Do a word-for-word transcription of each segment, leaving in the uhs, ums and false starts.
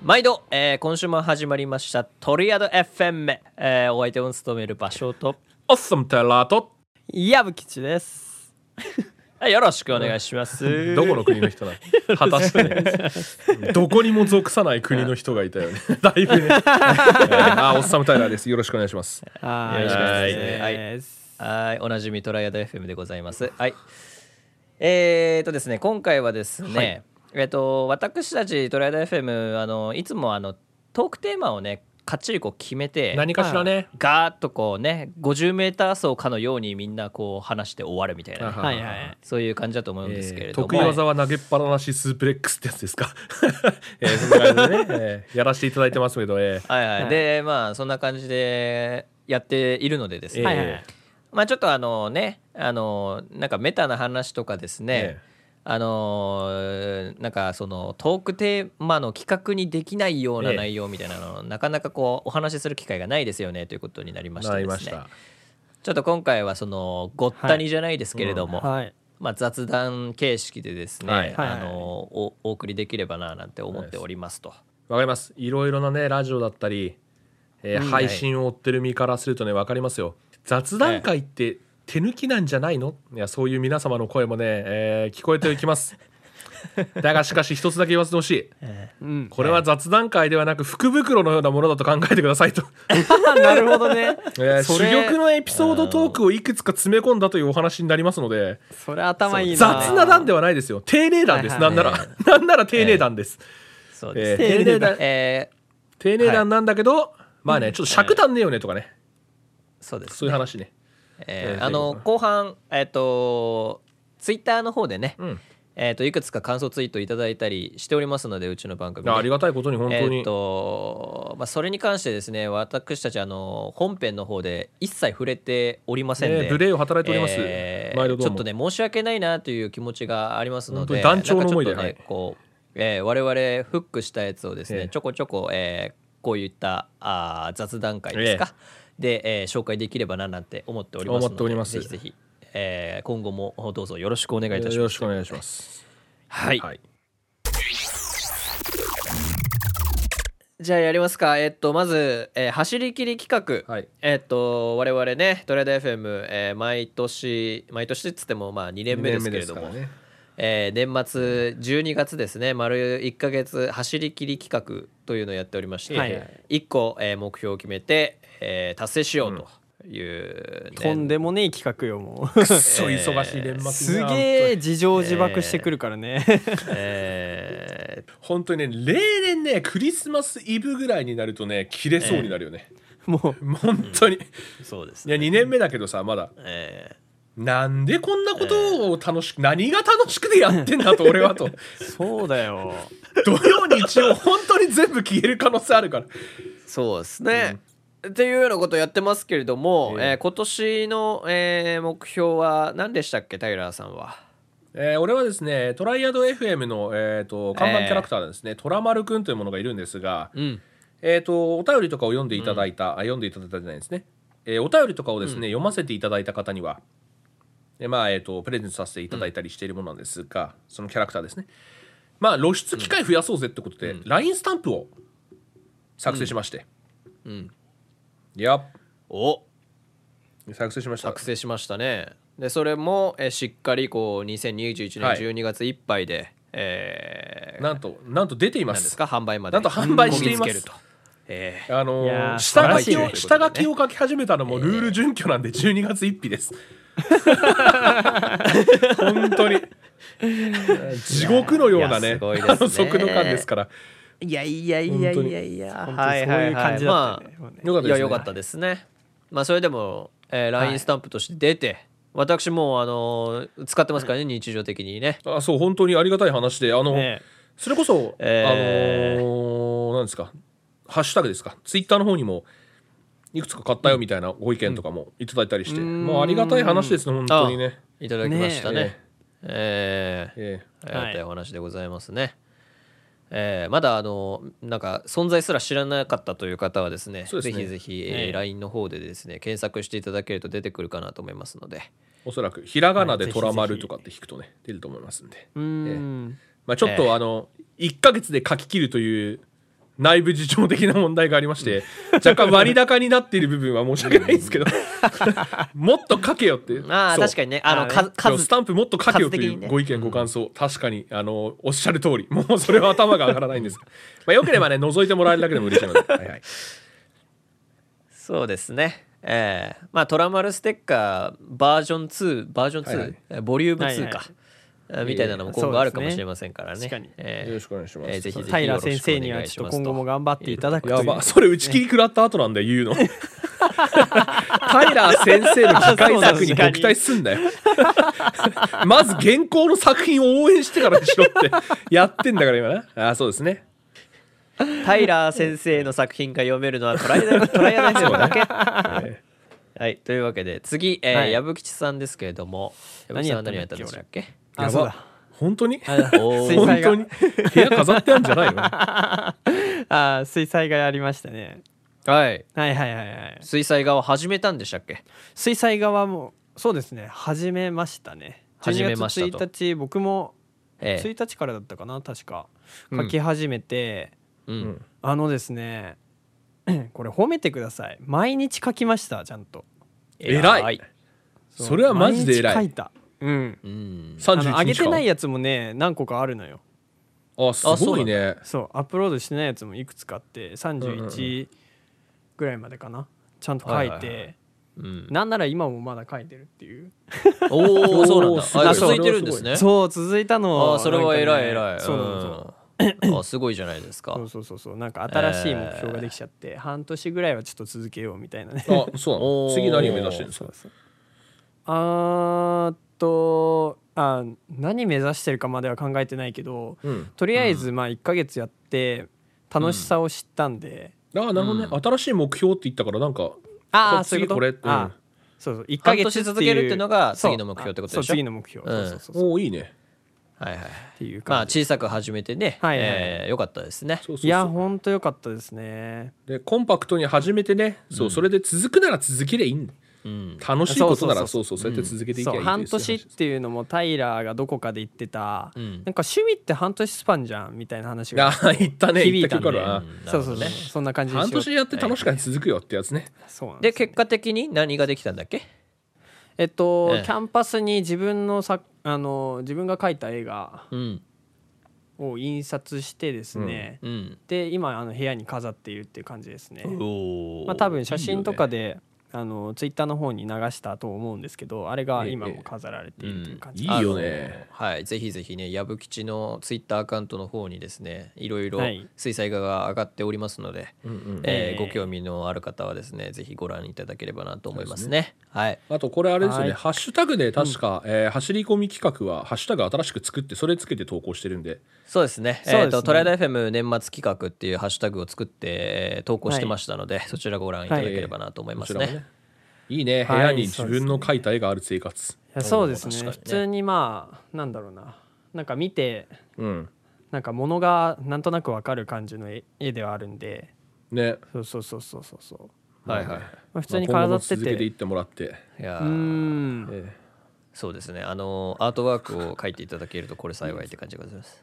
毎度、えー、今週も始まりましたトリアド エフエム、えー、お相手を務める場所とオッサムテラーと矢吹吉ですはい、よろしくお願いしますどこの国の人なの果たしてねどこにも属さない国の人がいたよねだいぶね、えー、あオッサムタイラーです。よろしくお願いします。 はよろしくお願いしますいはいはい、おなじみトライアド エフエム でございます。はい、えーとですね今回はですね、はいえー、と私たちトライアド エフエム あのいつもあのトークテーマをねかっちりこう決めて何かしらねガーッとこうねごじゅうメーター走かのようにみんなこう話して終わるみたいな、ね、 はいはい、 そういう感じだと思うんですけれども、 えー、得意技は投げっぱなしスープレックスってやつですか、えー、そんな感じでね、えー、やらせていただいてますけど、えー、 はいはい、でまあそんな感じでやっているのでですね、 はいはい、 まあちょっとあのねあのなんかメタな話とかですね、えーあのー、なんかそのトークテーマの企画にできないような内容みたいなのを、ええ、なかなかこうお話しする機会がないですよねということになりましてですね、ちょっと今回はそのごったにじゃないですけれども、はいうんはいまあ、雑談形式でですね、はいあのー、お, お送りできればななんて思っておりますと。 わかります。いろいろなねラジオだったり、えーうん、配信を追ってる身からするとね分かりますよ。雑談会って、はい手抜きなんじゃないの？いやそういう皆様の声もね、えー、聞こえていきますだがしかし一つだけ言わせてほしい、えーうん、これは雑談会ではなく福袋のようなものだと考えてくださいとなるほどね、 えー、珠玉のエピソードトークをいくつか詰め込んだというお話になりますのでそれ頭いいな。 雑な談ではないですよ。丁寧談です、はいはい、なんなら、えー、なんなら丁寧談です、 えー、そうです、えー、丁寧談、えー、 丁寧談なんだけど、はい、まあねちょっと尺足んねえよねとかね、 そうですね、 そういう話ね。 えー、あの後半、えー、とツイッターの方でね、うんえー、といくつか感想ツイートいただいたりしておりますのでうちの番組、ね、 あ, ありがたいことに本当に、 えーとまあ、それに関してですね私たちあの本編の方で一切触れておりませんで、 えー、無礼を働いております、 えー、毎度どうもちょっとね申し訳ないなという気持ちがありますので団長の思いで、 なんかちょっとね、こうえー、我々フックしたやつをですね、えー、ちょこちょこ、えー、こういったあ雑談会ですか、えーで、えー、紹介できればななんて思っておりますので思っております。 ぜひぜひ、えー、今後もどうぞよろしくお願いいたします。 よろしくお願いします。 はい、はい、じゃあやりますか。えー、っとまず、えー、走り切り企画、はい、えー、っと我々ねトレード エフエム、えー、毎年毎年っつってもまあにねんめですけれども、ねえー、年末じゅうにがつですね丸いっかげつ走り切り企画というのをやっておりまして、はい、いっこ、えー、目標を決めて、えー、達成しようという、 うん、とんでもねえ企画よもうくっそ忙しい年末すげえ事情自爆してくるからね、えーえー、本当にね例年ねクリスマスイブぐらいになるとね切れそうになるよね、えー、もう本当に、 うん、そうですね。 いやにねんめだけどさまだ、えーなんでこんなことを楽しく、えー、何が楽しくてやってんだと俺はとそうだよ土曜日曜本当に全部消える可能性あるからそうですね、うん、っていうようなことをやってますけれども、えーえー、今年の、えー、目標は何でしたっけタイラーさんは。 えー、俺はですねトライアド エフエム の、えー、と看板キャラクターなんですね、えー、トラマルくんというものがいるんですが、うんえー、とお便りとかを読んでいただいた、うん、あ読んでいただいたじゃないですね、えー、お便りとかをですね、うん、読ませていただいた方にはでまあえー、とプレゼントさせていただいたりしているものなんですが、うん、そのキャラクターですね。まあ露出機会増やそうぜってことで、うん、ライン スタンプを作成しまして、うんうん、いやお作成しました作成しましたね。でそれもえしっかりこうにせんにじゅういちねんじゅうにがついっぱいで、はいえー、 なんとなんと出ています。 何ですか販売までなんと販売しています。えー、あのー、下書きを、ね、下書きを書き始めたのもルール準拠なんでじゅうにがつついたちです本当に地獄のようなね、あの速度感ですから。 いやいやいやいやいやはいはいはい、まあよかったですね。いやよかったですね。まあそれでも、えー、ライン スタンプとして出て、はい、私もあのー、使ってますからね日常的にね。 あそう本当にありがたい話であの、ね、それこそ、えー、あのー、なんですかハッシュタグですかツイッターの方にもいくつか買ったよみたいなご意見とかもいただいたりして、うん、もうありがたい話ですね本当にね。 いただきましたね。ねえーえー、ありがたいお話でございますね。はいえー、まだあのなんか存在すら知らなかったという方はですね、ぜひぜひ、えー、ライン の方でですね検索していただけると出てくるかなと思いますので、 おそらくひらがなでトラマルとかって引くとね出ると思いますんで、うん、えーまあ、ちょっと、えー、あのいっかげつで書き切るという内部事情的な問題がありまして若干割高になっている部分は申し訳ないんですけどもっと書けよってああ確かにねあの数数スタンプもっと書けよというご意見ご感想、確かにあのおっしゃる通りもうそれは頭が上がらないんですがまあよければね覗いてもらえるだけでも嬉しいのではい、はい、 そうですねえー、まあトラマルステッカーバージョンツーバージョンツー、はいはい、ボリュームツーか、はいはいみたいなのも今後あるかもしれませんからね。ねえー、よろしくお願いします。 えー、ぜひぜひ平先生にはちょっと今後も頑張っていただくという。 やば、それ打ち切り食らった後なんだよ言うの。平先生の次回作にご期待すんだよ。まず現行の作品を応援してからにしろってやってんだから今ね。ああそうですね。 平先生の作品が読めるのはトライアトライアダイスだけ。はい、というわけで次、えーはい、矢吹吉さんですけれども、矢吹さんは何やったんでしたっけ？ やば本当に水彩画部屋飾ってあるんじゃないの？ あ水彩画やりましたね、 はい、 はいはいはいはい水彩画を始めたんでしたっけ？ 水彩画はもうそうですね始めましたね。 始めましたと。 じゅうにがつついたち僕もついたちからだったかな確か書き始めて、 うんうん、 あのですねこれ褒めてください。毎日書きましたちゃんと。 偉い。それはマジで偉い。 毎日書いた。うん。 うん、 あの上げてないやつもね何個かあるのよ。 あすごいね。 そうアップロードしてないやつもいくつかあってさんじゅういちぐらいまでかなちゃんと書いて、はいはいはい、うん、なんなら今もまだ書いてるっていう。 おおそうなんだ。あ続いてるんですね。 そう続いたの。 あそれは偉い偉い。 そうそうそう。あすごいじゃないですか。 そうそうそうそうなんか新しい目標ができちゃって、えー、半年ぐらいはちょっと続けようみたいなね。 あそうなの。次何を目指してるんですか？そうそうあーっとあ何目指してるかまでは考えてないけど、うん、とりあえずまあいっかげつやって楽しさを知ったんで、 うん、ああなるほどね、うん、新しい目標って言ったからなんかああそういうことこれ、うん、 あそうそういっかげつ続けるっていうのが次の目標ってことでしょ。 そう次の目標、うん、そうそうそうおおいいね。 はいはい、 っていうまあ小さく始めてね、はいはいえー、よかったですね。 そうそうそういや本当よかったですね。 でコンパクトに始めてね、うん、そうそれで続くなら続けりゃいいんだ、うん、楽しいことならそうそうそうやって続けていけばいい、うん、 半年っていうのもタイラーがどこかで言ってた、うん、なんか趣味って半年スパンじゃんみたいな話が言ったね響いたんで、 言った、 うん、そうそうそう、ね、そんな感じで半年やって楽しく続くよってやつね、はい、 そうなんで結果的に何ができたんだっけ？ えっと、ええ、キャンパスに自分のさあの自分が描いた絵が、うんを印刷してですね、うん、で今あの部屋に飾っているっていう感じですね。まあ、多分写真とかでいい、ね、あのツイッターの方に流したと思うんですけどあれが今も飾られているという感じ、 ええうん、いいよね。 はい、ぜひぜひね矢吹吉のツイッターアカウントの方にですねいろいろ水彩画が上がっておりますので、はいえー、ご興味のある方はですねぜひご覧いただければなと思いますね。はい、 あとこれあれですよね、はい、ハッシュタグで確か、うんえー、走り込み企画はハッシュタグ新しく作ってそれつけて投稿してるんでそうですね、えー、とトライダー エフエム 年末企画っていうハッシュタグを作って、えー、投稿してましたので、はい、そちらご覧いただければなと思いますね。はい、 いいね部屋に自分の描いた絵がある生活、 はい、いやそうですね、ね普通にまあなんだろうななんか見て、うん、なんか物がなんとなく分かる感じの絵ではあるんでねそうそうそうそうそうそうはいはい、 まあ、普通に飾ってて、まあ、 続けていってもらっていやうーん、ええ、そうですねあのアートワークを描いていただけるとこれ幸いって感じがします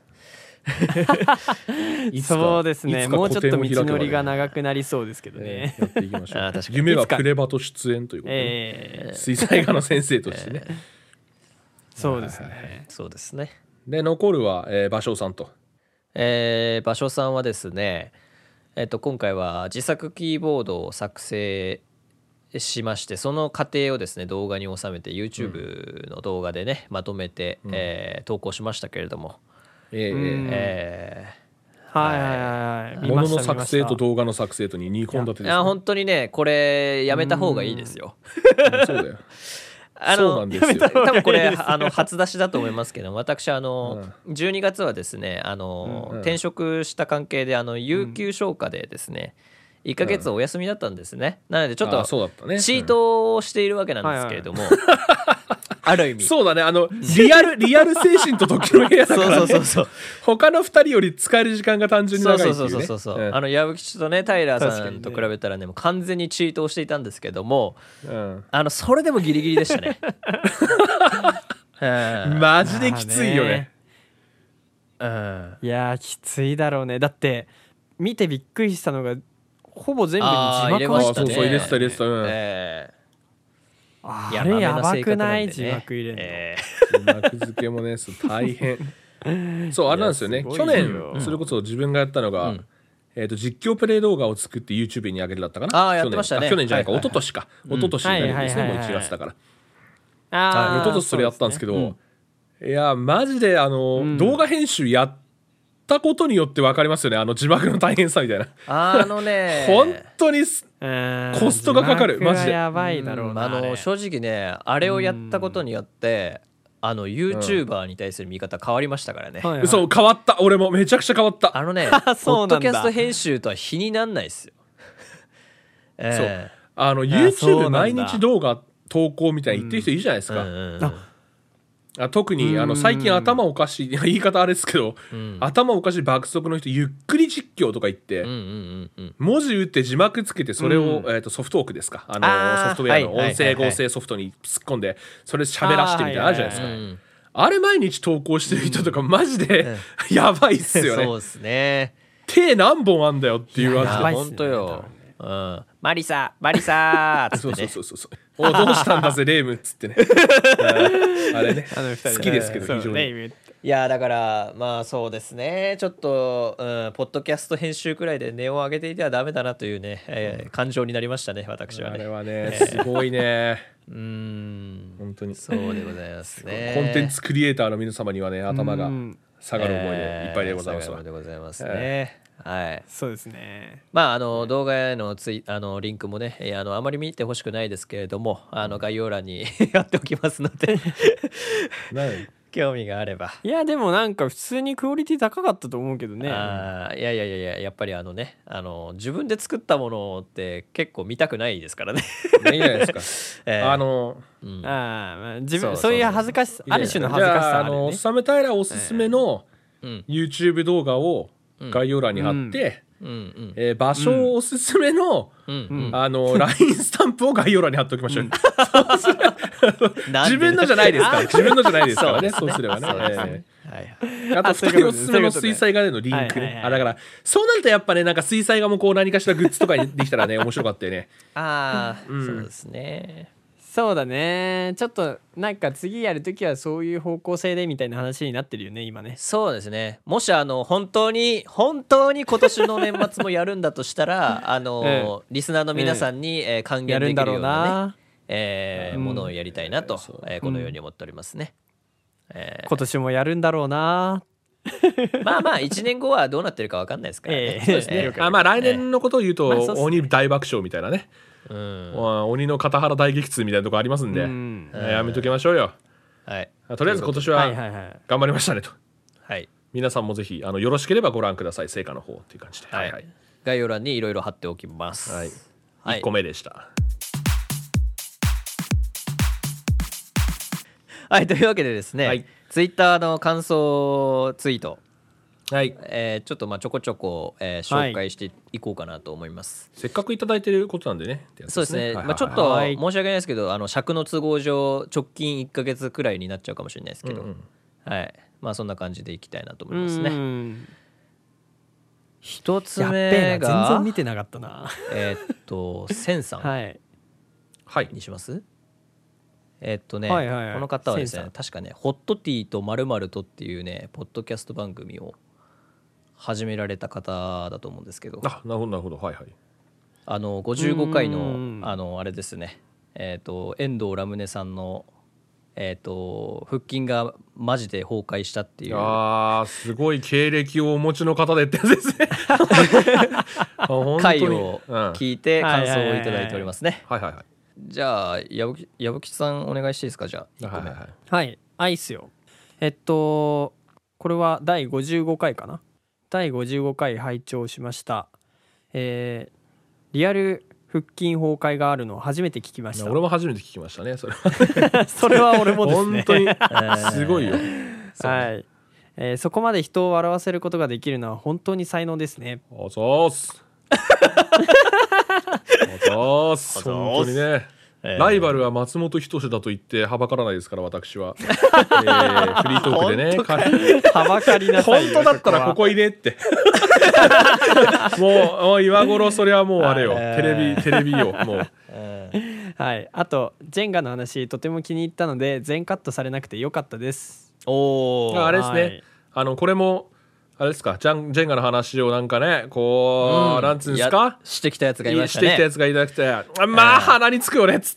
そうですねもうちょっと道のりが長くなりそうですけどね、 えー、やっていきましょうあ確かに夢はプレバト出演ということで、えー、水彩画の先生としてね、えー、 そうですねそうですねで残るは、えー、芭蕉さんと、 えー、芭蕉さんはですねえっと今回は自作キーボードを作成しましてその過程をですね動画に収めて YouTube の動画でね、うん、まとめて、うんえー、投稿しましたけれどもえーえー、はいはいはい物の作成と動画の作成とににほん立てです、ね、 いや本当にねこれやめた方がいいですよそうだよあのそうなんですよ多分これあの初出しだと思いますけど私あの、うん、じゅうにがつはですねあの、うんうん、転職した関係であの有給消化でですね、うん、いっかげつお休みだったんですね、うん、なのでちょっとチートをしているわけなんですけれども、うんはいはいある意味そうだねあのリアルリアル精神と時の部屋だから、ね、 そうそうそうそう他のふたりより使える時間が単純に長いっていうねそうそうそうそう、うん、あの矢吹吉とねタイラーさんと比べたらねもう完全にチートをしていたんですけども、うん、あのそれでもギリギリでしたねマジできついよね、 うん、いやきついだろうねだって見てびっくりしたのがほぼ全部に字幕あー入れましたねあそうそう入れてた入れてた、うん、 えあーいやれやばくまめな性格ない、 んでね字幕入れるの、 え字幕付けもねそう大変そうあれなんですよねいやす去ごいよ年それこそ自分がやったのが、 うんえー、と実況プレイ動画を作って YouTube に上げるだったかな。 あーやってましたね去年あ去年じゃないか、 はいはいはい一昨年か、一昨年になるんですね、 はいはいはいはいもういちがつだから。 あー一昨年それやったんですけど、 そういやマジであの、 うん動画編集やったことによって分かりますよね、あの字幕の大変さみたいな。 あのね本当にすうんコストがかかる字幕はマジでやばいだろうな、 あのあれ正直ねあれをやったことによってあの YouTuber に対する見方変わりましたからね、 はいはいそう変わった、俺もめちゃくちゃ変わった。 あのねそうなんだポッドキャスト編集とは比になんないですよ、えそうえあのあそう YouTube なんだ毎日動画投稿みたいに言ってる人いるじゃないですか。 うんうんうんああ特にあの最近頭おかしいいや言い方あれですけど、 うん頭おかしい爆速の人ゆっくり実況とか言って、 うんうんうんうん文字打って字幕つけてそれを、 うんえー、とソフトオークですかあのあーソフトウェアのはい音声合成ソフトに突っ込んでそれ喋らしてみたいなのあるじゃないですか、 はいうんあれ毎日投稿してる人とかマジで、やばいっすよね。 そうですね手何本あんだよっていういやマジで。 ばいっすね本当よ、うん、マリサマリサーっつそうってねそうそうそうおどうしたんだぜレイムっつってねああれねあの二人好きですけどそう非常にレイムいやだからまあそうですねちょっと、うん、ポッドキャスト編集くらいで値を上げていてはダメだなというね、えー感情になりましたね私はねあれはねすごいねうーん本当にそうでございますねコンテンツクリエイターの皆様にはね頭がうん下がる思いでいっぱいでございますわえー下がる思いでございますね、はいそうですねまああの動画へのツイあのリンクもねえーあのあまり見てほしくないですけれどもあの概要欄に貼っておきますのでね興味があればいやでもなんか普通にクオリティ高かったと思うけどねあーいやいやいやいややっぱりあのねあの自分で作ったものって結構見たくないですからね、 いいじゃないですかえーあのうんああまあ自分そうそうそうそういう恥ずかしさある種の恥ずかしじゃああさあるよねのサムタイラーおすすめのうん YouTube 動画を概要欄に貼って、 うんうんえー場所おすすめの、 うんうんあの ライン スタンプを概要欄に貼っておきましょう、 なんで自分のじゃないですから自分のじゃないですからねそですねそううすればねそうですねえはいーあとあそうふたりおいうことですすすめの水彩画でのリンクはいはいはいねあだからそうなるとやっぱねなんか水彩画もこう何かしらグッズとかにできたらね面白かったよねああ、 うんそうですねそうだねちょっとなんか次やるときはそういう方向性でみたいな話になってるよね今ねそうですねもしあの本当に本当に今年の年末もやるんだとしたらあの、 えリスナーの皆さんに、えー還元できやるんだろうるようなねなえーうんものをやりたいなと、 そうえーこのように思っておりますね、え今年もやるんだろうなーまあまあいちねんごはどうなってるか分かんないですからね、 ええそうですね了解あまあ来年のことを言うと、 まあそうっすね鬼大爆笑みたいなね、 うんまあ鬼の肩腹大激痛みたいなとこありますんで、 うんえーやめときましょうよはいとりあえず今年はいははいはい頑張りましたねとはい、 皆さんもぜひあのよろしければご覧ください成果の方っていう感じでははいいはい、 概要欄にいろいろ貼っておきますはいはいいっこめでしたはいというわけでですね、 はいツイッターの感想ツイートはいえーちょっとまあちょこちょこ、えー紹介していこうかなと思います、 せっかくいただいてることなんでねってやつそうですね、 はいはいはいまあ、ちょっとはい申し訳ないですけどあの尺の都合上直近いっかげつくらいになっちゃうかもしれないですけど、 うんうんはいまあそんな感じでいきたいなと思ういますねん一つやっべ目えな全が然見てなかったなえーっとセンさんはいはいにしますえーっとね、 はいはいはいこの方はですねセンさん確かねホットティーとまるまるとっていうねポッドキャスト番組を始められた方だと思うんですけどあなるほどなるほどはいはいあのごじゅうごかいうのんあのあれですねえっ、と遠藤ラムネさんのえっ、と腹筋がマジで崩壊したっていうあーすごい経歴をお持ちの方でってやつですねあ本当に回をうんはい聞いて感想をいただいておりますね。 はいはいじゃあ矢吹矢吹さんお願いしていいですかじゃあいっこめ。 はいはいはいはいアイスよえっとこれはだいごじゅうごかいかなだいごじゅうごかい拝聴しましたえーリアル腹筋崩壊があるのを初めて聞きました俺も初めて聞きましたねそれはそれは俺もですね本当にーすごいよはい、えーそこまで人を笑わせることができるのは本当に才能ですねおぞーすおぞーす本当にねえー、ライバルは松本人志だと言ってはばからないですから私は、えー、フリートークでねはばかりなさい本当だったらここ入れってもう今頃それはもうあれよ、えー、テレビテレビよもう、 えー、はい。あとジェンガの話とても気に入ったので全カットされなくてよかったです。 おーあれですね、はい、あのこれもあれですか、ジャン、ジェンガの話をなんかね、こう、うん、なんつうんですかしてきたやつがいましたね。 してきたやつがいなくて、まあ、鼻につくよねっつって。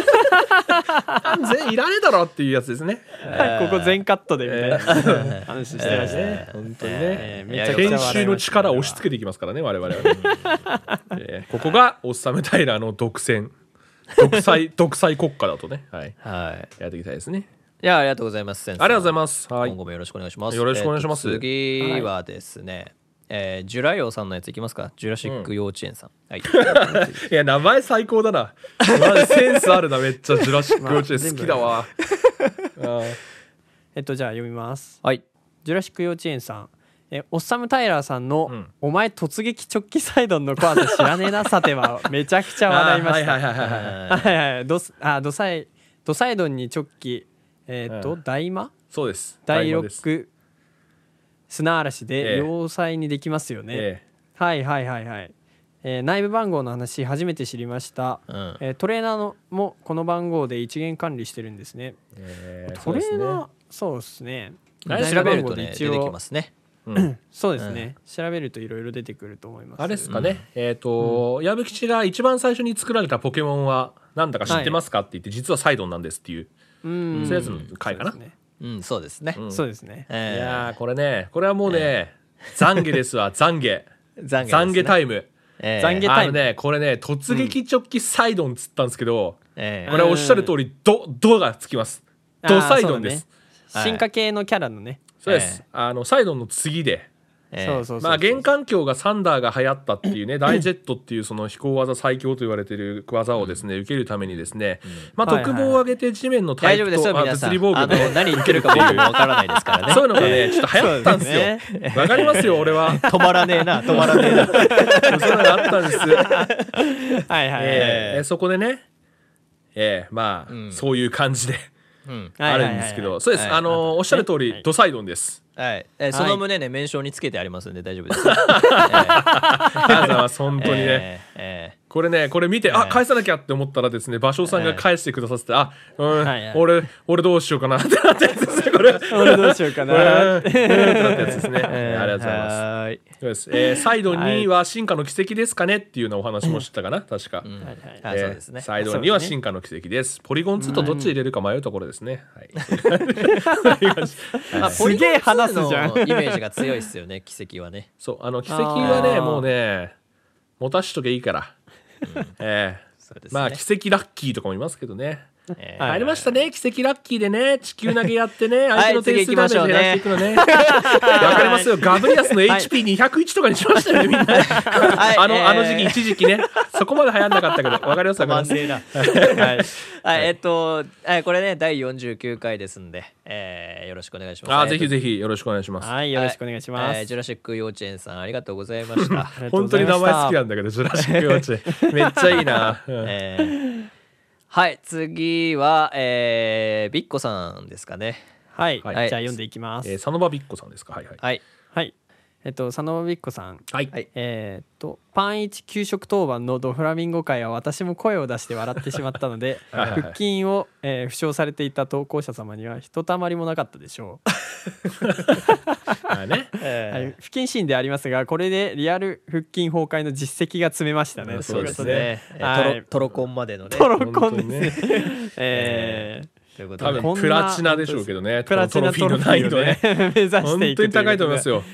全然いらねえだろっていうやつですね。 ここ全カットでみたいな、えー、話してましたね。 本当にね。えー、めちゃくちゃ編集の力を押し付けていきますからね、我々は、えー。ここが、オッサムタイラーの独占。独裁、独裁国家だとね。はい。はい、やっていきたいですね。 いやありがとうございます先生。 ありがとうございます。はい、 今後もよろしくお願いします。 よろしくお願いします。 えー、次はですね、はい、えー、ジュライオさんのやついきますか。ジュラシック幼稚園さん、うん、はいいや名前最高だなセンスあるなめっちゃジュラシック幼稚園好きだわあえっとじゃあ読みます。 はい。 ジュラシック幼稚園さん、えオッサムタイラーさんの、うん、お前突撃直帰サイドンのコアと知らねえなさてはめちゃくちゃ笑いました。はいはいはいはいはいはい。ドあドサイドサイドンに直帰えー、っと、うん、大魔そうです第六砂嵐で要塞にできますよね、ええ、はいはいはいはい、えー、内部番号の話初めて知りました、うんえー、トレーナーのもこの番号で一元管理してるんですね、えー、トレーナーそうですね、 調べるとね出てきますね、 うん、そうですね、うん、調べるといろいろ出てくると思います。 あれですかね、うん、えっ、ー、と矢吹吉が一番最初に作られたポケモンはなんだか知ってますかって言って、はい、実はサイドンなんですっていううんそういうやつの回かな。 うん、そうですね。 うん、そうですね。 えー、いやこれね、これはもうね、えー、懺悔ですわ、懺悔。懺悔タイム。 えー、懺悔タイム。 あのね、これね、突撃直帰サイドンっつったんですけど、うん、これはおっしゃる通り、ド、ドがつきます。ドサイドンです。 ね、進化系のキャラのね。 そうです。えー、あのサイドンの次で。えー、まあ現環境がサンダーが流行ったっていうねダイジェットっていうその飛行技最強と言われている技をですね受けるためにですね、まあ特防を上げて地面のタイプと物理防具で何言ってるか僕もわからないですからねそういうのがねちょっと流行ったんですよ。わかりますよ俺は止まらねえな止まらねえなそういうのがあったんですはいはいはい、 えー、そこでね、えー、まあ、うん、そういう感じで、うん、あるんですけどそうです、はい、あのおっしゃる通り、はい、ドサイドンです。 はい、えー、その旨ね、はい、名称につけてありますんで大丈夫です。 えー、ありがとうございます本当にね、えーえー、これねこれ見て、えー、あ返さなきゃって思ったらですね芭蕉さんが返してくださって、えー、あ、うんはいはい、俺俺どうしようかなってなったやつですねこれ俺どうしようかなってなったやつですね、えー、ありがとうございます。はいそうです、えー、サイドには進化の奇跡ですかねっていうようなお話もしたかな確か、うんうんえーそうですね、サイドには進化の奇跡です。ポリゴンツーとどっち入れるか迷うところですね、はい、 まあ、すげえ話すじゃんイメージが強いっすよね奇跡はね。 そうあの奇跡はねもうね持たしとけいいから、うんえーね、まあ奇跡ラッキーとかもいますけどね、えー、入りましたね奇跡ラッキーでね地球投げやってね相手の点数ダメージ減らしていくのねわ、はい、かりますよガブリアスの エイチピーにひゃくいち とかにしましたよねみんな、はい、あの、えー、あの時期一時期ねそこまで流行んなかったけどわかりますわかりますはいはい、えっとこれねだいよんじゅうきゅうかいですんで、えー、よろしくお願いします。 あぜひぜひよろしくお願いします。 はいよろしくお願いします、 えー、ジュラシック幼稚園さんありがとうございました本当に名前好きなんだけどジュラシック幼稚園めっちゃいいな、うんえー、 はい次は、えー、ビッコさんですかね。 はい、はい、じゃあ読んでいきます。 えー、佐野場ビッコさんですか。はいはいはい、 はいえっと、佐野びっこさん、 はいえー、っとパンいち給食当番のドフラミンゴ会は私も声を出して笑ってしまったのではいはい、腹筋を、えー、負傷されていた投稿者様にはひとたまりもなかったでしょうあ、ねえーはい、不謹慎でありますがこれでリアル腹筋崩壊の実績が積めましたね、うん、 そうですね、はい、トロコンまでのねトロコンですね、えー多分プラチナでしょうけどねプラチナトロフィーをね目指していく本当に高いと思いますよ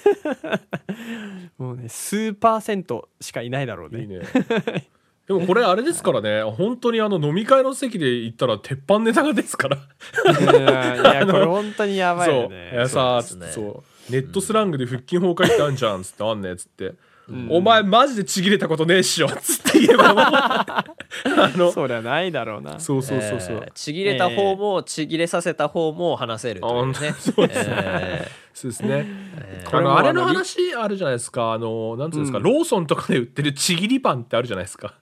もうね数パーセントしかいないだろうね。いいねでもこれあれですからね本当にあの飲み会の席で行ったら鉄板ネタがですからいやこれ本当にやばいよね。 そういやさそう、ね、そうネットスラングで腹筋崩壊ってあんじゃんつってあんねっつってうん、お前マジでちぎれたことねえっしょつって言えばあのそりゃないだろうな。 そうそうそうそう、えー、 ちぎれた方もちぎれさせた方も話せるというね、えー、 そうですね、えー、そうですね、えー、あのあれの話あるじゃないですかあのなんていうんですか、うん、ローソンとかで売ってるちぎりパンってあるじゃないですか。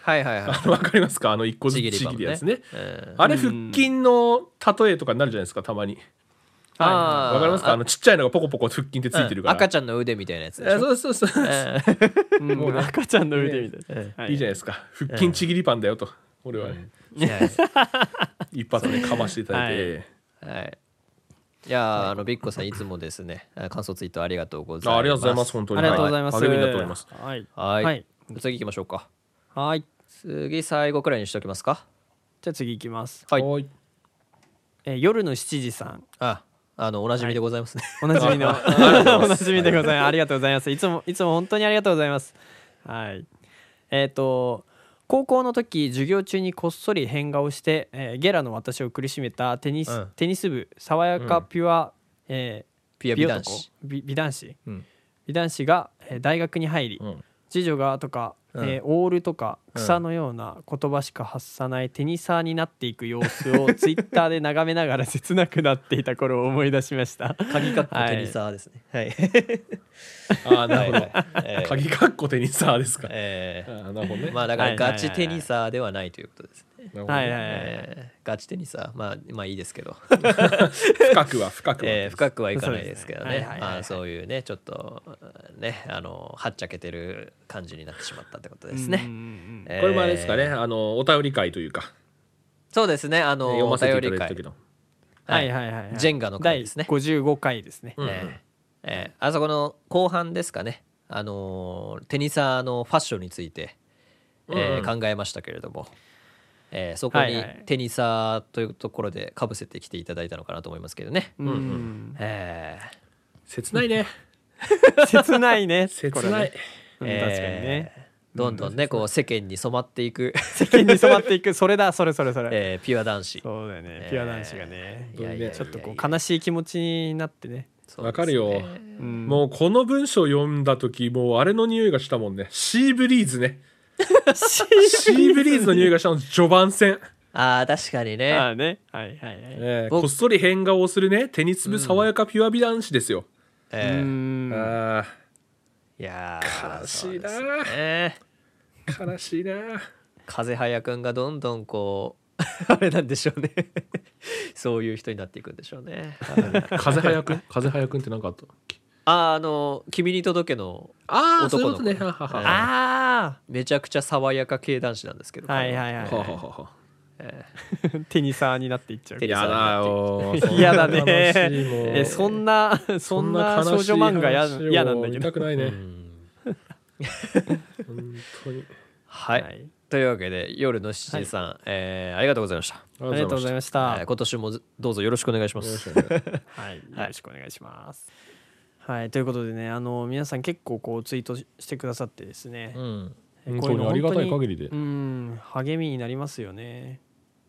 はいはいはい。 あのわかりますか、あの一個ずつちぎるやつね、 うんあれ腹筋の例えとかになるじゃないですかたまに。 あーわかりますか、あのちっちゃいのがポコポコ腹筋ってついてるから、 うん赤ちゃんの腕みたいなやつでしょ。 えそうそうそう、 うんもう赤ちゃんの腕みたいな、はいいいじゃないですか、腹筋ちぎりパンだよと俺はね、一発でかましていただいて、 はい。いやーあのビッコさんいつもですね感想ツイートありがとうございます。 あありがとうございます本当に、 ありがとうございます、 励みになっております。 はいはい、 はい次行きましょうか。 はい次最後くらいにしておきますか。 じゃあ次いきます、 はい。 はいえー夜のしちじさん、 ああのおなじみでございますね。 おなじみのおなじみでございます。ありがとうございます。いつもいつも本当にありがとうございます。はい。えっ、と高校の時授業中にこっそり変顔して、えーゲラの私を苦しめたテニス、 うんテニス部爽やかピュア、えーピュア美男子。 美美男子、 うん美男子が、えー大学に入り、 うん次女がとか、 うんえーオールとか草のような言葉しか発さないテニサーになっていく様子をツイッターで眺めながら切なくなっていた頃を思い出しました。 鍵括弧テニサーですね。はい。 ああなるほど、 えー鍵かっこテニサーですか、 えーあーなるほどね、 まあだからはいはいはいガチテニサーではないということですね。 なるほどねはいはいはい、 えーガチテニサーまあまあいいですけど、 深くは深くは、 えー深くはいかないですけどそうですね。 ねはいはいはいはいまあそういうねちょっとねあのはっちゃけてる感じになってしまったってことですね。 うんうんうんえーこれもあれですかね、あのお便り会というか、 そうですねあの読ませていたお便り会だいた時の、 はいはいはいはい、 ジェンガの回ですねだいごじゅうごかいですね、 うんえーえーあそこの後半ですかね、あのーテニサーのファッションについて、えーうんうん考えましたけれども、えーそこにはいはいテニサーというところでかぶせてきていただいたのかなと思いますけどね、 うんうんえ切ないね、 切ないね切これないね、 ーうん確かにね、 えーどんどんねこう世間に染まっていく、 世間に染まっていくそれだそれそれそれ、 えーピュア男子。 そうだよね、 えーピュア男子がねいやいやいやいやちょっとこう悲しい気持ちになってね、 そうですねわかるようんもうこの文章読んだ時もうあれの匂いがしたもんね、シーブリーズねシーブリーズの匂いがしたの序盤戦、 ああ確かにね。 ああねはいはいはい、 僕えーこっそり変顔をするねテニス部爽やかピュア美男子ですよ、 えーうんあいやー悲しいなそうですねー悲しいな風早くんがどんどんこうあれなんでしょうねそういう人になっていくんでしょうね。 風早くん風早くんって何かあったああの「君に届け」のああそういう男の子ことねははははあめちゃくちゃ爽やか系男子なんですけど、 あはいはいはい、 ははははテニサーになっていっちゃうテニサやだよー嫌だね悲しいもうえそんなそんな少女漫画や嫌なんだけど見たくないねうん本当にはい、 はいというわけで夜のしちじさん、えーありがとうございました。 あありがとうございました、 えー今年もずどうぞよろしくお願いしまよろしす。 くお願いしますはい、よろしくお願いします。はい、ということでね、あの皆さん結構こうツイートしてくださってですね、 うん本こういうの当にありがたい本当に限りでうん励みになりますよね。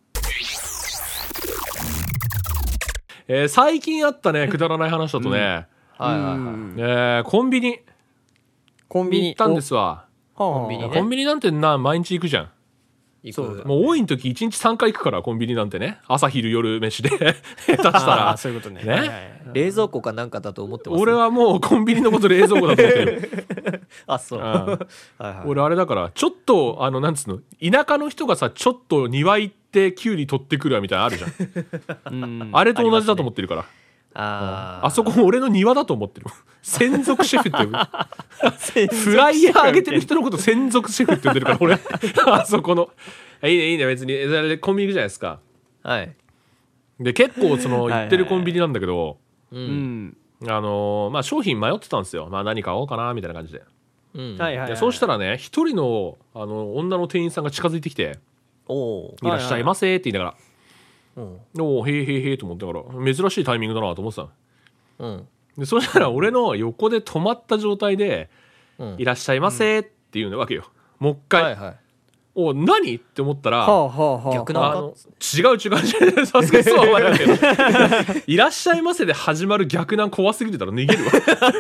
えー最近あったねくだらない話だとね、 はいはいはい、 うんえーコンビニコンビニに行ったんですわ、 おコンビニねコンビニなんてな毎日行くじゃん、 行くそうだもう多い時いちにちさんかい行くからコンビニなんてね朝昼夜飯で下手したあらーそういうことね。 ねはいはい冷蔵庫かなんかだと思ってます、 俺はもうコンビニのこと冷蔵庫だと思ってるあそう、 うんはいはい、 俺あれだからちょっとあのなんつうの田舎の人がさちょっと庭行ってキュウリ取ってくるわみたいなのあるじゃんうんあれと同じだと思ってるからああそこ俺の庭だと思ってる専属シェフって呼ぶ専属フライヤー上げてる人のこと専属シェフって呼んでるから俺あそこのいいねいいね別にそれでコンビニ行くじゃないですかはい、 で結構そのはいはい行ってるコンビニなんだけどううんんあのーまあ商品迷ってたんですよまあ何買おうかなみたいな感じでうんはいはいはい。 でそうしたらね一人のあの女の店員さんが近づいてきておお 「いらっしゃいませ」って言いながー、うんら「おおへえへえへえ」と思ってだから珍しいタイミングだなと思ってたのうんでそしたら俺の横で止まった状態でうん 「いらっしゃいませ」って言うわけよもう一回はいはいお何って思ったら、 はあはあはあ逆なあの違う違う違うさすがにそうは思わないけどいらっしゃいませで始まる逆難怖すぎるだろ逃げるわ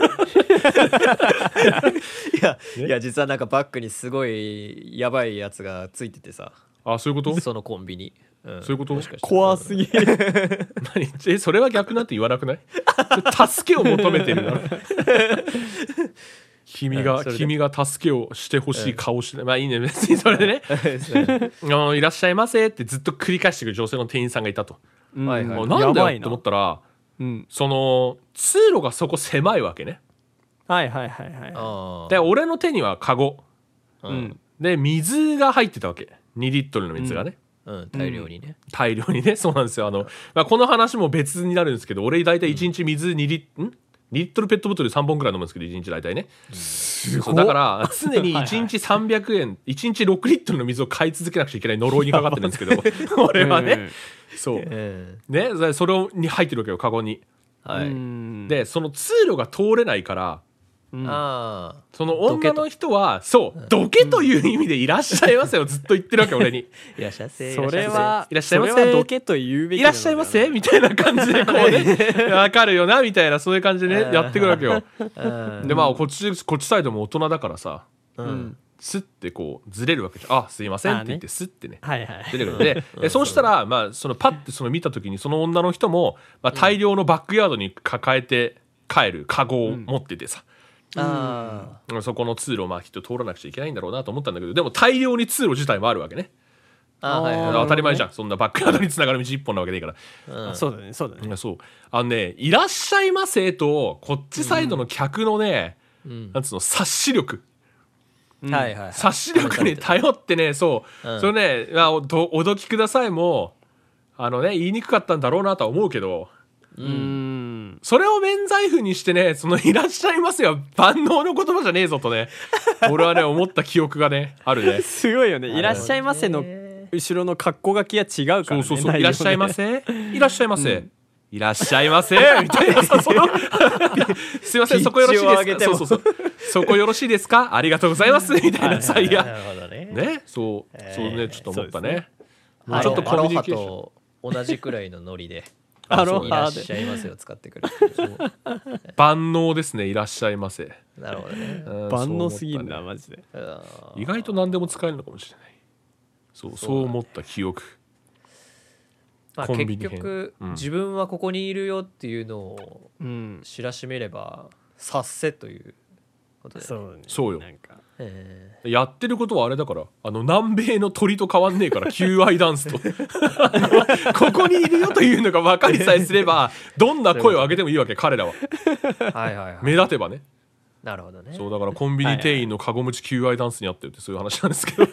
いやいや実はなんかバッグにすごいやばいやつがついててさあそういうことそのコンビニ、うん、 そういうこともしかして怖すぎる。 何えそれは逆なんて言わなくない助けを求めてるだろ君が、うん、君が助けをしてほしい顔して、うん、まあいいね別にそれでねあいらっしゃいませってずっと繰り返してくる女性の店員さんがいたと、うん、もうなんだよって思ったら、うん、その通路がそこ狭いわけね。 はいはいはいはい。で俺の手にはカゴ、うん、で水が入ってたわけ、にリットルの水がね、 うんうん、大量にね、 うん、大量にね。そうなんですよ。あの、まあ、この話も別になるんですけど、俺大体いちにち水にリッ、うん、リットルペットボトルさんぼんぐらい飲むんですけど、いちにち大体ね、うん、そうだから常にいちにちさんびゃくえんいちにちろくリットルの水を買い続けなくちゃいけない呪いにかかってるんですけど俺はね、うん、そう、えー、ね、それに入ってるわけよ、カゴに、はい、でその通路が通れないから、うん、あその女の人はそうどけという意味でいらっしゃいませをずっと言ってるわけ俺にいらっしゃいませ、 それはいらっしゃいませ、 それはどけと言うべきいらっしゃいませみたいな感じでこうねわかるよなみたいな、そういう感じでねやってくるわけよ。でまあこっちこっちサイドも大人だからさ、うん、スッてこうずれるわけじゃん。あすいませんって言ってスッてね出てくるので、でそうしたらまあそのパッてその見た時にその女の人もまあ大量のバックヤードに抱えて帰るカゴを持っててさ、あそこの通路をまあきっと通らなくちゃいけないんだろうなと思ったんだけど、でも大量に通路自体もあるわけね。あ、はいはい、当たり前じゃん、そんなバックヤードにつながる道一本なわけでいいから、 うん、そうだねそうだね、 そうあのねいらっしゃいませとこっちサイドの客のね、うん、なんつうの察し力、うん、はいはいはい、察し力に頼ってね、そう、うん、それね、まあ、おどきくださいもあのね言いにくかったんだろうなとは思うけど、うん、それを免罪符にしてね、そのいらっしゃいませは万能の言葉じゃねえぞとね俺はね思った記憶がねあるねすごいよね、いらっしゃいませの後ろの格好書きが違うからね。 そうそうそう、いらっしゃいませいらっしゃいませ、うん、いらっしゃいませみたいなさ、そのすいませんそこよろしいですか、そうそうそうそこよろしいですか、ありがとうございますみたいなさ、いやね、そうそうね、ちょっと思ったね、 もうちょっとコミュニケーションと同じくらいのノリでアロハでいらっしゃいませを使ってくる万能ですね、いらっしゃいませ。 なるほどね、 万能すぎんなマジで。 意外と何でも使えるのかもしれない。そうそう思った記憶。 まあ、結局、うん、自分はここにいるよっていうのを知らしめれば察せということで、ね、 そうね、そうよ、なんか、えー、やってることはあれだから、あの南米の鳥と変わんねえから求愛ダンスとここにいるよというのが分かりさえすればどんな声を上げてもいいわけ彼らははいはい、はい、目立てばね。 なるほどね。 そうだからコンビニ店員のカゴムチ求愛ダンスにあったよってそういう話なんですけど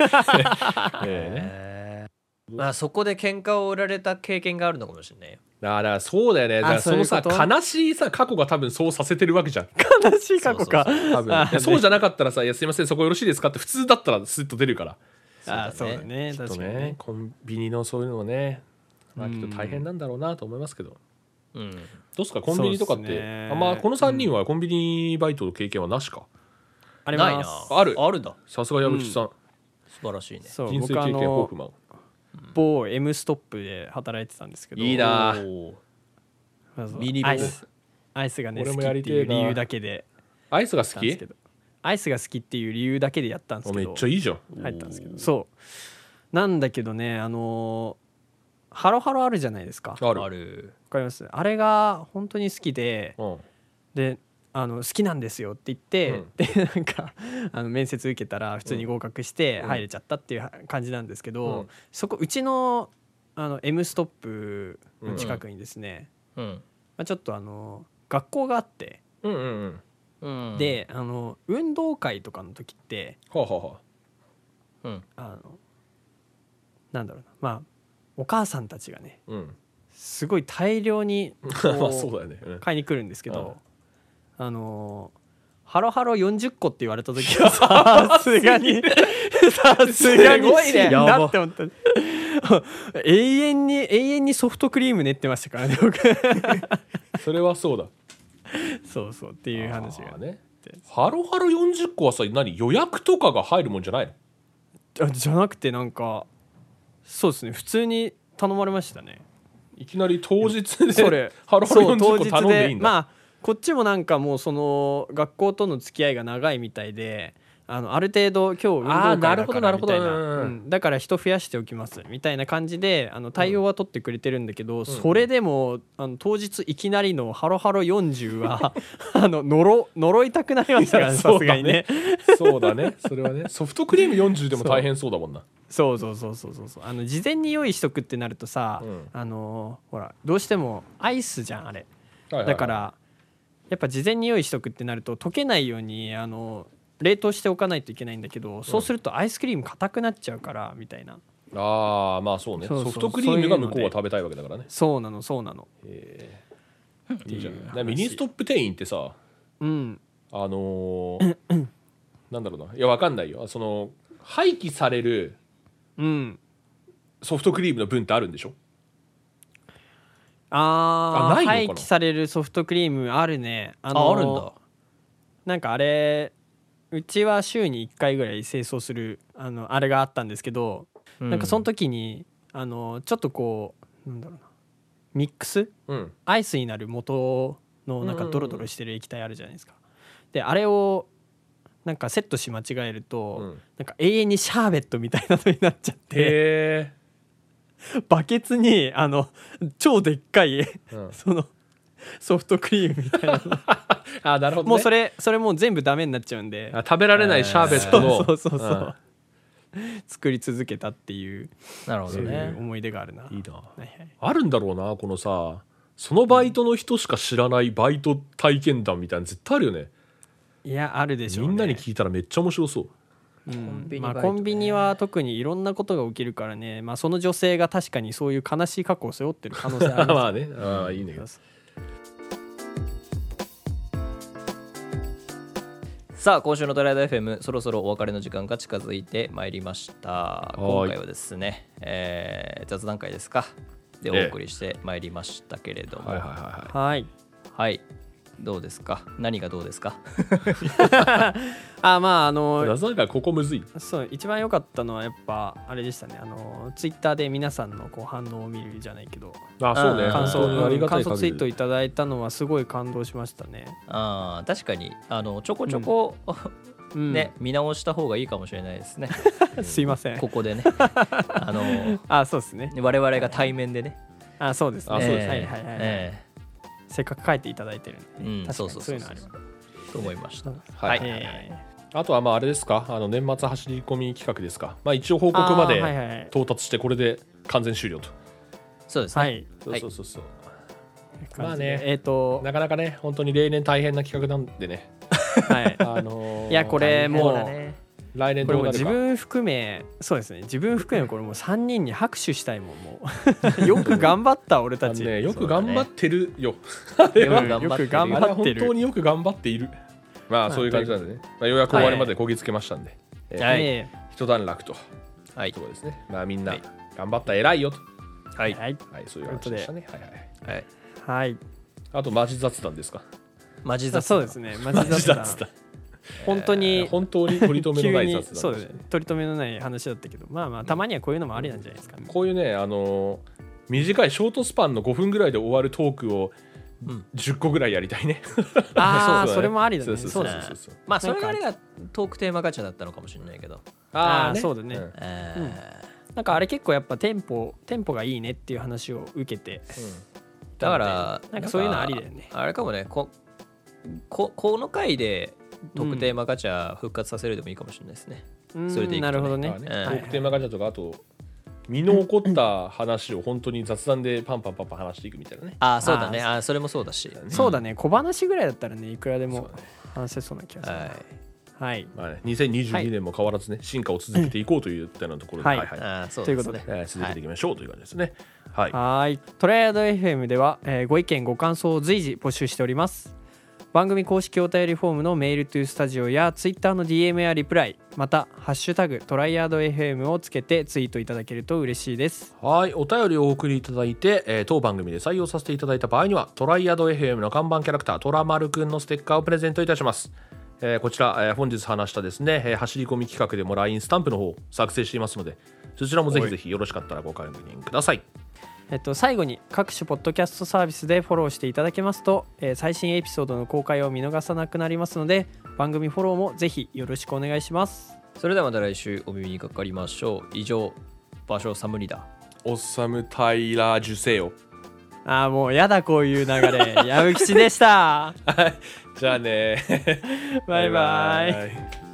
えー、まあそこで喧嘩を売られた経験があるのかもしれないよ。 だからそうだよね。だからそのさ悲しいさ過去が多分そうさせてるわけじゃん。 悲しい過去か。 そうそうそう多分そうじゃなかったらさ、いやすいませんそこよろしいですかって普通だったらスッと出るから。 あそうだね。 きっとねコンビニのそういうのはね、まあきっと大変なんだろうなと思いますけど。うん、どうですかコンビニとかって、ね、あまあこのさんにんはコンビニバイトの経験はなしか、 あります。 ないな。あるあるんだ。 さすが矢吹さん、うん、 素晴らしいね。 人生経験豊富な某 M ストップで働いてたんですけど、 いいなミニボアイスアイスがね好きっていう理由だけで、 アイスが好きアイスが好きっていう理由だけでやったんですけど、 めっちゃいいじゃん。 入ったんですけど、そうなんだけどね、あのーハロハロあるじゃないですか。 ある。 わかります。あれが本当に好きで、うん、であの好きなんですよって言って、うん、でなんかあの面接受けたら普通に合格して入れちゃったっていう感じなんですけど、うん、そこうちのあの M ストップの近くにですね、うんまあ、ちょっとあの学校があって、うんうんうん、であの運動会とかの時って、はあはあうん、あのなんだろうなまあお母さんたちがね、うん、すごい大量にまあそうだよね、うん、 買いに来るんですけど、うん、あのー、ハロハロよんじゅっこって言われた時はさすがにさすがにねなって思った永遠に永遠にソフトクリーム練ってましたからね僕それはそうだそうそうっていう話がね。ハロハロよんじゅっこはさ何予約とかが入るもんじゃないの？じゃなくてなんかそうですね普通に頼まれましたね。 いきなり当日でそれハロハロよんじゅっこ頼んでいいんだ。 まあこっちもなんかもうその学校との付き合いが長いみたいで、 あのある程度今日運動会だからみたいな、うん、だから人増やしておきますみたいな感じであの対応は取ってくれてるんだけど、うん、それでもあの当日いきなりのハロハロよんじゅうはあの呪呪いたくなりますからね、さすがにね。 そうだね、それはね。ソフトクリームよんじゅうでも大変そうだもんな。 そうそうそうそうそうそう、あの事前に用意しとくってなるとさ、うん、あのほらどうしてもアイスじゃんあれ、はいはいはい、だからやっぱ事前に用意しとくってなると溶けないようにあの冷凍しておかないといけないんだけど、そうするとアイスクリーム硬くなっちゃうからみたいな、 うん、ああまあそうね、そうそうソフトクリームが向こうは食べたいわけだからね。 そうなのそうなの。 へえいいじゃん。ミニストップ店員ってさ、うんあのー、なんだろうな、いやわかんないよ、その廃棄されるソフトクリームの分ってあるんでしょ。 ああ廃棄されるソフトクリームあるね。 あのー、ああるんだ。 なんかあれうちは週にいっかいぐらい清掃するあのあれがあったんですけど、うん、なんかその時にあのちょっとこうなんだろうなミックス、うん、アイスになる元のなんかドロドロしてる液体あるじゃないですか。であれをなんかセットし間違えると、うん、なんか永遠にシャーベットみたいなのになっちゃって、バケツにあの超でっかい、うん、そのソフトクリームみたいなあなるほど、ね、 もうそれそれもう全部ダメになっちゃうんで、 あ食べられないシャーベットのそうそうそうそう、うん、作り続けたっていうなるほどね思い出があるな。 いいな、はいはい、あるんだろうなこのさそのバイトの人しか知らないバイト体験談みたいな絶対あるよね。 いやあるでしょうね。 みんなに聞いたらめっちゃ面白そう。 うんコンビニバイトね、まあ、コンビニは特にいろんなことが起きるからね、まあ、その女性が確かにそういう悲しい過去を背負ってる可能性ありますまあねあいいんだけど。 さあ今週のトライアド エフエム そろそろお別れの時間が近づいてまいりました。今回はですね、えー、雑談会ですかでお送りしてまいりましたけれども、 はいはいはいはい、 はいどうですか。何がどうですかあまああの雑談会ここむずい。 そう一番良かったのはやっぱあれでしたね。あのツイッターで皆さんのこう反応を見るじゃないけど、 あそうね感想、ありがたい感想ツイートいただいたのはすごい感動しましたね。 あ確かにあのちょこちょこ、うんね、見直した方がいいかもしれないですねすいませんここでねあのあそうですね我々が対面でねあそうですね、 あそうですね、 はいはいはい、えーせっかく書いていただいてるんで、ね、 うん、そうそうそうそうと思いました。 はい、えー、あとはまああれですか、あの年末走り込み企画ですか、まあ、一応報告まで到達してこれで完全終了と。 そうですね、はい、 そうそうそうそう、 はい、まあねえーとなかなかね本当に例年大変な企画なんでねはいあのー、いやこれもう来年どうなるか。 自分含めそうですね自分含めこれもうさんにんに拍手したいもんもうよく頑張った俺たち、 ね、よく頑張ってるよ、 ね、よく頑張ってる本当によく頑張っている。まあそういう感じなんでね、まあ、ようやく終わりまでこぎつけましたんで、はい、えー、一段落とはいところですね。まあみんな頑張った偉いよとはい、はい、 はい、そういう話でしたね。はいはいはい、はい、 あとマジ雑談ですか。 マジ雑談そうですねマジ雑談本当に、えー、 本当に取り留めのない雑談そうですね取り留めのない話だったけどまあまあたまにはこういうのもありなんじゃないですか、ね、 こういうねあのー、短いショートスパンのごふんぐらいで終わるトークをじゅっこぐらいやりたいね、うん、 ああ そ, それもありだね。 そうそうそうそうまあそれがあれがトークテーマガチャだったのかもしれないけどああ、ね、そうだね、うんえーうん、なんかあれ結構やっぱテンポテンポがいいねっていう話を受けて、うん、 だからなんかそういうのありだよね。 あれかもね こ, こ, この回でトークテーマガチャ復活させるでもいいかもしれないですね、 うん、それでいい、ね、なるほどね、 ね、トークテーマガチャとかあと身の起こった話を本当に雑談でパンパンパンパン話していくみたいなね。 ああそうだね、あそれもそうだし、 うん、そうだね小話ぐらいだったらねいくらでも話せそうな気がする。はい、はいまあね、にせんにじゅうにねんも変わらずね、はい、進化を続けていこうといったようなところで、 はいはいはい、あそうですね、ということで、 えー、続けていきましょうという感じですね。 はい、はいトライアド エフエム では、えー、ご意見ご感想を随時募集しております。番組公式お便りフォームのメールトゥースタジオやツイッターの ディーエム やリプライまたハッシュタグトライアド エフエム をつけてツイートいただけると嬉しいです。 はいお便りをお送りいただいて、えー、当番組で採用させていただいた場合にはトライアド エフエム の看板キャラクタートラマルくんのステッカーをプレゼントいたします。えー、こちら、えー、本日話したですね、えー、走り込み企画でも ライン スタンプの方を作成していますのでそちらもぜひぜひよろしかったらご確認ください。 えっと、最後に各種ポッドキャストサービスでフォローしていただけますと、えー最新エピソードの公開を見逃さなくなりますので、番組フォローもぜひよろしくお願いします。 それではまた来週お耳にかかりましょう。以上、場所サムリだ。 オッサムタイラージュセヨ。 あーもうやだこういう流れ。矢吹吉でした。 じゃあねバイバイ。